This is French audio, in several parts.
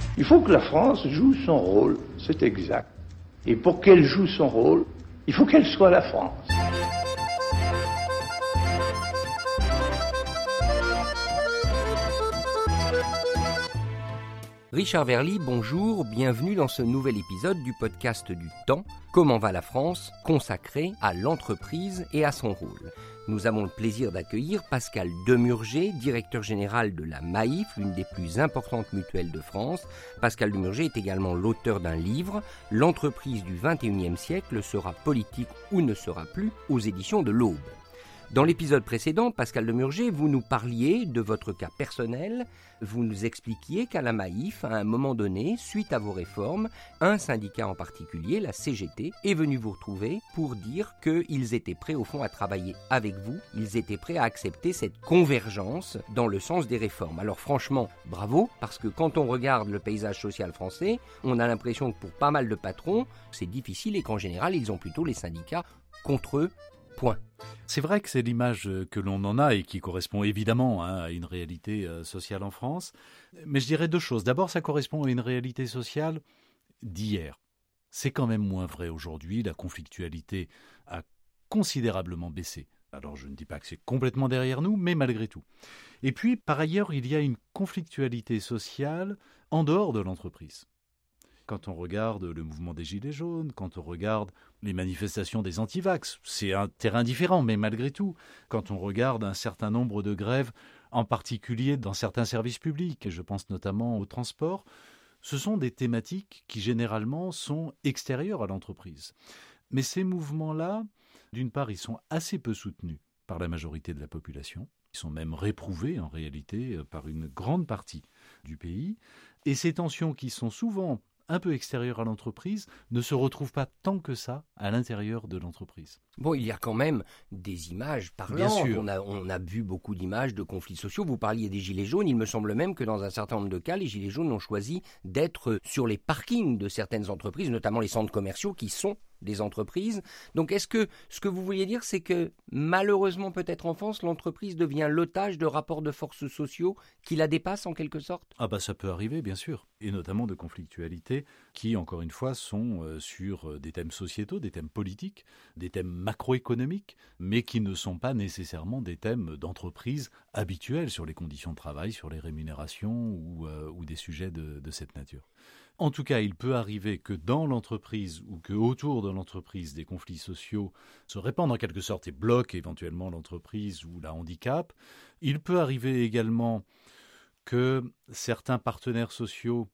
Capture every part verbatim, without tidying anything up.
Il faut que la France joue son rôle, c'est exact. Et pour qu'elle joue son rôle, il faut qu'elle soit la France. Richard Verly, bonjour, bienvenue dans ce nouvel épisode du podcast du Temps, Comment va la France, consacré à l'entreprise et à son rôle. Nous avons le plaisir d'accueillir Pascal Demurger, directeur général de la Maïf, l'une des plus importantes mutuelles de France. Pascal Demurger est également l'auteur d'un livre, L'entreprise du vingt et unième siècle sera politique ou ne sera plus, aux éditions de l'Aube. Dans l'épisode précédent, Pascal Demurger, vous nous parliez de votre cas personnel. Vous nous expliquiez qu'à la Maïf, à un moment donné, suite à vos réformes, un syndicat en particulier, la C G T, est venu vous retrouver pour dire qu'ils étaient prêts au fond à travailler avec vous. Ils étaient prêts à accepter cette convergence dans le sens des réformes. Alors franchement, bravo, parce que quand on regarde le paysage social français, on a l'impression que pour pas mal de patrons, c'est difficile et qu'en général, ils ont plutôt les syndicats contre eux. Point. C'est vrai que c'est l'image que l'on en a et qui correspond évidemment hein, à une réalité euh, sociale en France. Mais je dirais deux choses. D'abord, ça correspond à une réalité sociale d'hier. C'est quand même moins vrai aujourd'hui. La conflictualité a considérablement baissé. Alors je ne dis pas que c'est complètement derrière nous, mais malgré tout. Et puis, par ailleurs, il y a une conflictualité sociale en dehors de l'entreprise. Quand on regarde le mouvement des Gilets jaunes, quand on regarde les manifestations des antivax, c'est un terrain différent, mais malgré tout, quand on regarde un certain nombre de grèves, en particulier dans certains services publics, et je pense notamment au transport, ce sont des thématiques qui généralement sont extérieures à l'entreprise. Mais ces mouvements-là, d'une part, ils sont assez peu soutenus par la majorité de la population. Ils sont même réprouvés en réalité par une grande partie du pays. Et ces tensions qui sont souvent un peu extérieur à l'entreprise, ne se retrouve pas tant que ça à l'intérieur de l'entreprise. Bon, il y a quand même des images parlantes. Bien sûr. On a, on a vu beaucoup d'images de conflits sociaux. Vous parliez des Gilets jaunes. Il me semble même que dans un certain nombre de cas, les Gilets jaunes ont choisi d'être sur les parkings de certaines entreprises, notamment les centres commerciaux qui sont des entreprises. Donc est-ce que ce que vous vouliez dire, c'est que malheureusement peut-être en France, l'entreprise devient l'otage de rapports de forces sociaux qui la dépassent en quelque sorte ? Ah bah ça peut arriver bien sûr, et notamment de conflictualités qui encore une fois sont euh, sur des thèmes sociétaux, des thèmes politiques, des thèmes macroéconomiques, mais qui ne sont pas nécessairement des thèmes d'entreprise habituels sur les conditions de travail, sur les rémunérations ou, euh, ou des sujets de, de cette nature. En tout cas, il peut arriver que dans l'entreprise ou que autour de l'entreprise, des conflits sociaux se répandent en quelque sorte et bloquent éventuellement l'entreprise ou la handicapent. Il peut arriver également que certains partenaires sociaux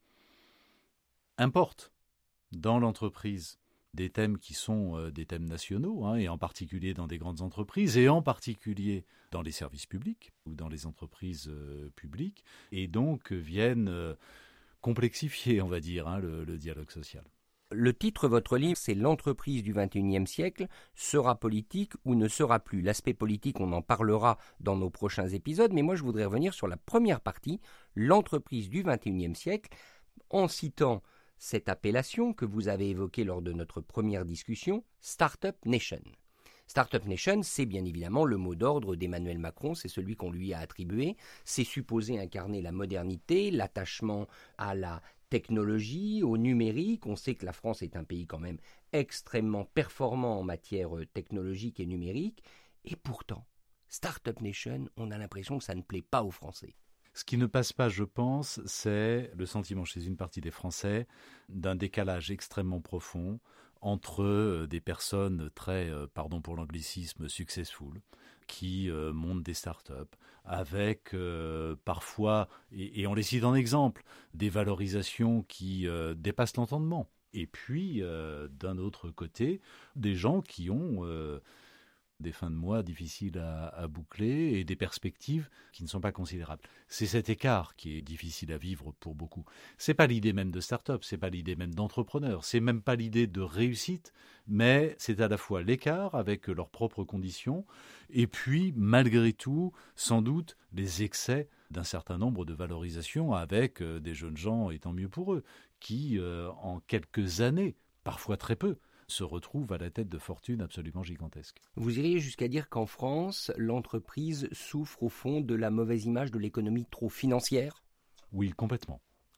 importent dans l'entreprise des thèmes qui sont euh, des thèmes nationaux, hein, et en particulier dans des grandes entreprises, et en particulier dans les services publics ou dans les entreprises euh, publiques, et donc euh, viennent euh, complexifier, on va dire, hein, le, le dialogue social. Le titre de votre livre, c'est « L'entreprise du vingt et unième siècle sera politique ou ne sera plus ». L'aspect politique, on en parlera dans nos prochains épisodes, mais moi je voudrais revenir sur la première partie, l'entreprise du vingt et unième siècle, en citant cette appellation que vous avez évoquée lors de notre première discussion, Startup Nation. Startup Nation, c'est bien évidemment le mot d'ordre d'Emmanuel Macron, c'est celui qu'on lui a attribué. C'est supposé incarner la modernité, l'attachement à la technologie, au numérique. On sait que la France est un pays quand même extrêmement performant en matière technologique et numérique. Et pourtant, Startup Nation, on a l'impression que ça ne plaît pas aux Français. Ce qui ne passe pas, je pense, c'est le sentiment chez une partie des Français d'un décalage extrêmement profond entre des personnes très, euh, pardon pour l'anglicisme, successful, qui euh, montent des startups avec euh, parfois, et, et on les cite en exemple, des valorisations qui euh, dépassent l'entendement. Et puis, euh, d'un autre côté, des gens qui ont euh, des fins de mois difficiles à, à boucler et des perspectives qui ne sont pas considérables. C'est cet écart qui est difficile à vivre pour beaucoup. C'est pas l'idée même de start-up, c'est pas l'idée même d'entrepreneur, c'est même pas l'idée de réussite, mais c'est à la fois l'écart avec leurs propres conditions et puis, malgré tout, sans doute, les excès d'un certain nombre de valorisations avec euh, des jeunes gens, et tant mieux pour eux, qui, euh, en quelques années, parfois très peu, se retrouvent à la tête de fortunes absolument gigantesques. Vous iriez jusqu'à dire qu'en France, l'entreprise souffre au fond de la mauvaise image de l'économie trop financière ? Oui, complètement.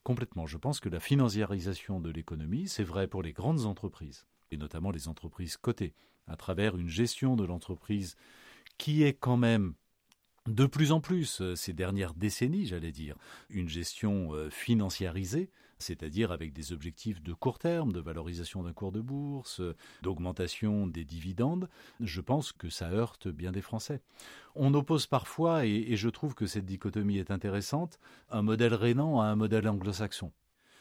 complètement. Je pense que la financiarisation de l'économie, c'est vrai pour les grandes entreprises, et notamment les entreprises cotées, à travers une gestion de l'entreprise qui est quand même de plus en plus, ces dernières décennies, j'allais dire, une gestion euh, financiarisée, c'est-à-dire avec des objectifs de court terme, de valorisation d'un cours de bourse, d'augmentation des dividendes. Je pense que ça heurte bien des Français. On oppose parfois, et, et je trouve que cette dichotomie est intéressante, un modèle rhénan à un modèle anglo-saxon,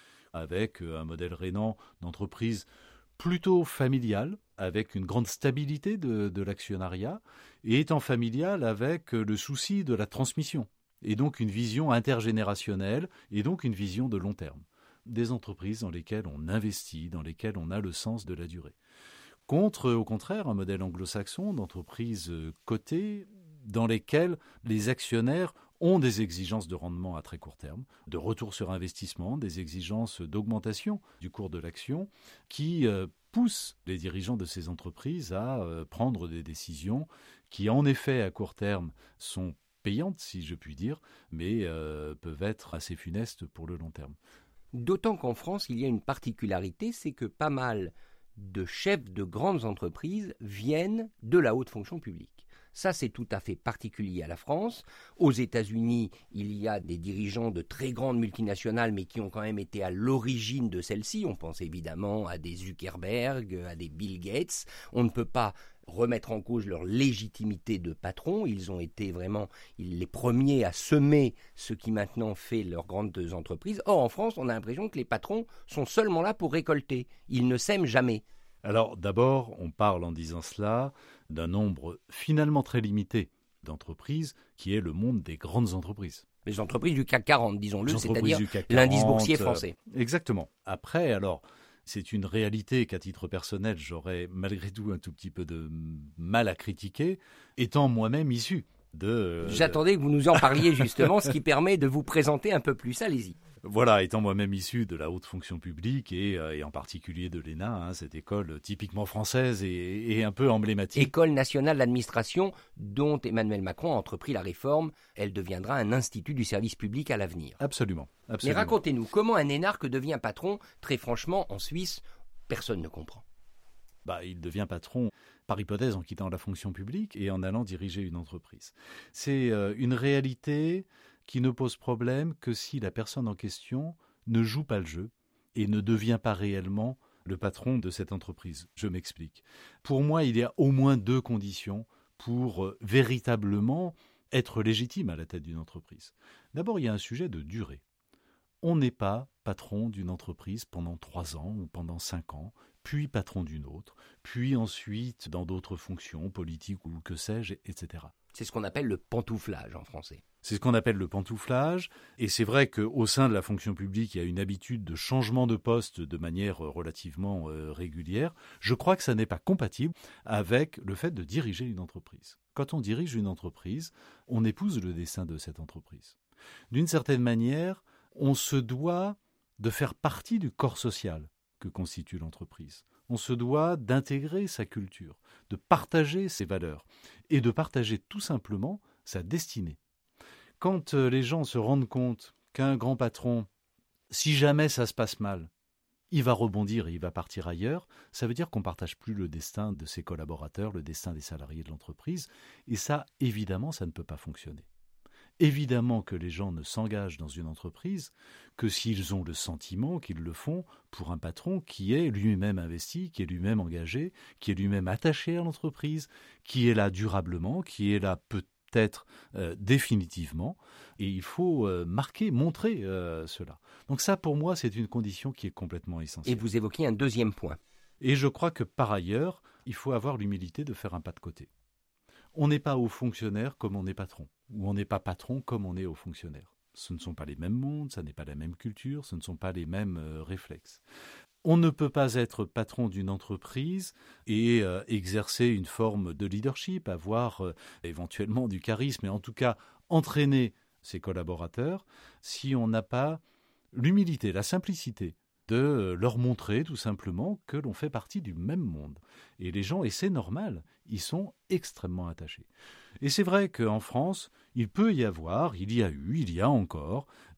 avec un modèle rhénan d'entreprise plutôt familial, avec une grande stabilité de, de l'actionnariat, et étant familial avec le souci de la transmission, et donc une vision intergénérationnelle, et donc une vision de long terme. Des entreprises dans lesquelles on investit, dans lesquelles on a le sens de la durée. Contre, au contraire, un modèle anglo-saxon d'entreprises cotées, dans lesquelles les actionnaires ont des exigences de rendement à très court terme, de retour sur investissement, des exigences d'augmentation du cours de l'action qui euh, poussent les dirigeants de ces entreprises à euh, prendre des décisions qui, en effet, à court terme, sont payantes, si je puis dire, mais euh, peuvent être assez funestes pour le long terme. D'autant qu'en France, il y a une particularité, c'est que pas mal de chefs de grandes entreprises viennent de la haute fonction publique. Ça, c'est tout à fait particulier à la France. Aux États-Unis, il y a des dirigeants de très grandes multinationales, mais qui ont quand même été à l'origine de celle-ci. On pense évidemment à des Zuckerberg, à des Bill Gates. On ne peut pas remettre en cause leur légitimité de patron. Ils ont été vraiment les premiers à semer ce qui maintenant fait leurs grandes entreprises. Or, en France, on a l'impression que les patrons sont seulement là pour récolter. Ils ne sèment jamais. Alors d'abord, on parle en disant cela d'un nombre finalement très limité d'entreprises qui est le monde des grandes entreprises. Les entreprises du C A C quarante, disons-le, c'est-à-dire l'indice boursier français. Euh, exactement. Après, alors, c'est une réalité qu'à titre personnel, j'aurais malgré tout un tout petit peu de mal à critiquer, étant moi-même issu de... J'attendais que vous nous en parliez justement, ce qui permet de vous présenter un peu plus. Allez-y. Voilà, étant moi-même issu de la haute fonction publique et, euh, et en particulier de l'E N A, hein, cette école typiquement française et, et un peu emblématique. École nationale d'administration dont Emmanuel Macron a entrepris la réforme. Elle deviendra un institut du service public à l'avenir. Absolument, absolument. Mais racontez-nous, comment un énarque devient patron? Très franchement, en Suisse, personne ne comprend. Bah, il devient patron par hypothèse en quittant la fonction publique et en allant diriger une entreprise. C'est euh, une réalité qui ne pose problème que si la personne en question ne joue pas le jeu et ne devient pas réellement le patron de cette entreprise. Je m'explique. Pour moi, il y a au moins deux conditions pour euh, véritablement être légitime à la tête d'une entreprise. D'abord, il y a un sujet de durée. On n'est pas patron d'une entreprise pendant trois ans ou pendant cinq ans, puis patron d'une autre, puis ensuite dans d'autres fonctions politiques ou que sais-je, et cetera. C'est ce qu'on appelle le pantouflage en français. C'est ce qu'on appelle le pantouflage, et c'est vrai qu'au sein de la fonction publique, il y a une habitude de changement de poste de manière relativement euh, régulière. Je crois que ça n'est pas compatible avec le fait de diriger une entreprise. Quand on dirige une entreprise, on épouse le destin de cette entreprise. D'une certaine manière, on se doit de faire partie du corps social que constitue l'entreprise. On se doit d'intégrer sa culture, de partager ses valeurs et de partager tout simplement sa destinée. Quand les gens se rendent compte qu'un grand patron, si jamais ça se passe mal, il va rebondir et il va partir ailleurs, ça veut dire qu'on ne partage plus le destin de ses collaborateurs, le destin des salariés de l'entreprise, et ça, évidemment, ça ne peut pas fonctionner. Évidemment que les gens ne s'engagent dans une entreprise que s'ils ont le sentiment qu'ils le font pour un patron qui est lui-même investi, qui est lui-même engagé, qui est lui-même attaché à l'entreprise, qui est là durablement, qui est là peut-être euh, définitivement. Et il faut euh, marquer, montrer euh, cela. Donc ça, pour moi, c'est une condition qui est complètement essentielle. Et vous évoquiez un deuxième point. Et je crois que par ailleurs, il faut avoir l'humilité de faire un pas de côté. On n'est pas haut fonctionnaire comme on est patron, ou on n'est pas patron comme on est haut fonctionnaire. Ce ne sont pas les mêmes mondes, ça n'est pas la même culture, ce ne sont pas les mêmes euh, réflexes. On ne peut pas être patron d'une entreprise et euh, exercer une forme de leadership, avoir euh, éventuellement du charisme, et en tout cas entraîner ses collaborateurs, si on n'a pas l'humilité, la simplicité de leur montrer tout simplement que l'on fait partie du même monde. Et les gens, et c'est normal, ils sont extrêmement attachés. Et c'est vrai qu'en France, il peut y avoir, il y a eu, il y a encore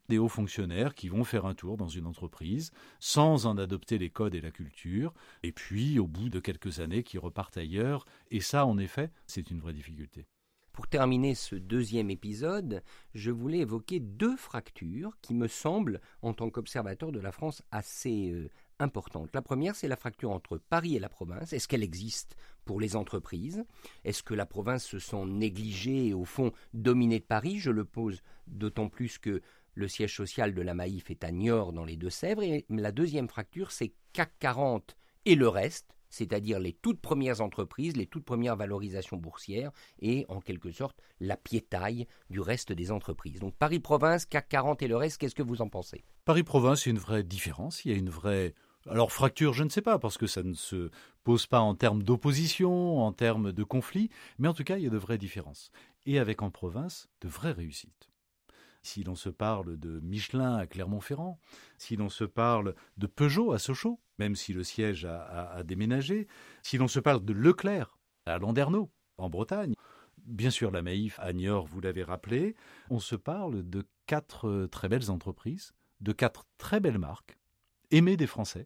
des hauts fonctionnaires qui vont faire un tour dans une entreprise sans en adopter les codes et la culture, et puis au bout de quelques années qui repartent ailleurs. Et ça, en effet, c'est une vraie difficulté. Pour terminer ce deuxième épisode, je voulais évoquer deux fractures qui me semblent, en tant qu'observateur de la France, assez euh, importantes. La première, c'est la fracture entre Paris et la province. Est-ce qu'elle existe pour les entreprises ? Est-ce que la province se sent négligée et au fond dominée de Paris ? Je le pose d'autant plus que le siège social de la Maïf est à Niort dans les Deux-Sèvres. Et la deuxième fracture, c'est C A C quarante et le reste, c'est-à-dire les toutes premières entreprises, les toutes premières valorisations boursières et en quelque sorte la piétaille du reste des entreprises. Donc Paris-Province, C A C quarante et le reste, qu'est-ce que vous en pensez ? Paris-Province, c'est une vraie différence, il y a une vraie... Alors fracture, je ne sais pas, parce que ça ne se pose pas en termes d'opposition, en termes de conflit, mais en tout cas, il y a de vraies différences. Et avec en province, de vraies réussites. Si l'on se parle de Michelin à Clermont-Ferrand, si l'on se parle de Peugeot à Sochaux, même si le siège a, a, a déménagé, si l'on se parle de Leclerc à Landerneau, en Bretagne, bien sûr la Maïf à Niort, vous l'avez rappelé, on se parle de quatre très belles entreprises, de quatre très belles marques, aimées des Français,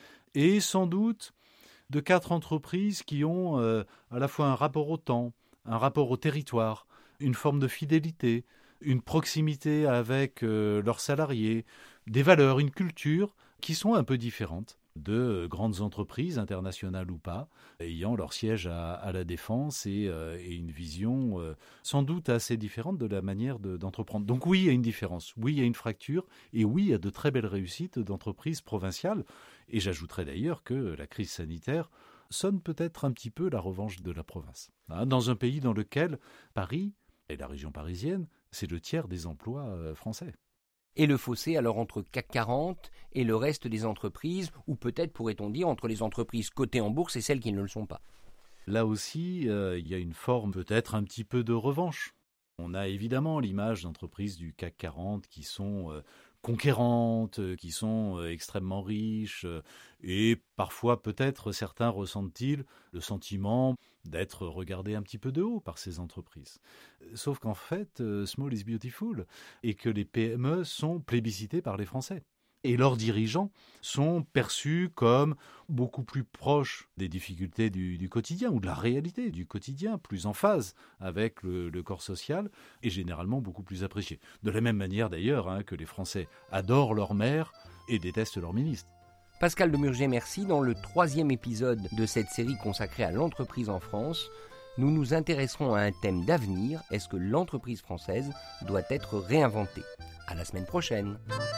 et sans doute de quatre entreprises qui ont euh, à la fois un rapport au temps, un rapport au territoire, une forme de fidélité, une proximité avec euh, leurs salariés, des valeurs, une culture qui sont un peu différentes de grandes entreprises, internationales ou pas, ayant leur siège à, à la Défense et, euh, et une vision euh, sans doute assez différente de la manière de, d'entreprendre. Donc oui, il y a une différence, oui, il y a une fracture, et oui, il y a de très belles réussites d'entreprises provinciales. Et j'ajouterais d'ailleurs que la crise sanitaire sonne peut-être un petit peu la revanche de la province. Hein, dans un pays dans lequel Paris et la région parisienne, c'est le tiers des emplois euh, français. Et le fossé alors entre C A C quarante et le reste des entreprises, ou peut-être pourrait-on dire entre les entreprises cotées en bourse et celles qui ne le sont pas. Là aussi, euh, il y a une forme peut-être un petit peu de revanche. On a évidemment l'image d'entreprises du C A C quarante qui sont euh, conquérantes, qui sont euh, extrêmement riches, euh, et parfois peut-être certains ressentent-ils le sentiment d'être regardés un petit peu de haut par ces entreprises. Sauf qu'en fait, euh, small is beautiful, et que les P M E sont plébiscités par les Français. Et leurs dirigeants sont perçus comme beaucoup plus proches des difficultés du, du quotidien, ou de la réalité du quotidien, plus en phase avec le, le corps social, et généralement beaucoup plus appréciés. De la même manière d'ailleurs hein, que les Français adorent leur maire et détestent leur ministre. Pascal Demurger, merci. Dans le troisième épisode de cette série consacrée à l'entreprise en France, nous nous intéresserons à un thème d'avenir. Est-ce que l'entreprise française doit être réinventée ? À la semaine prochaine.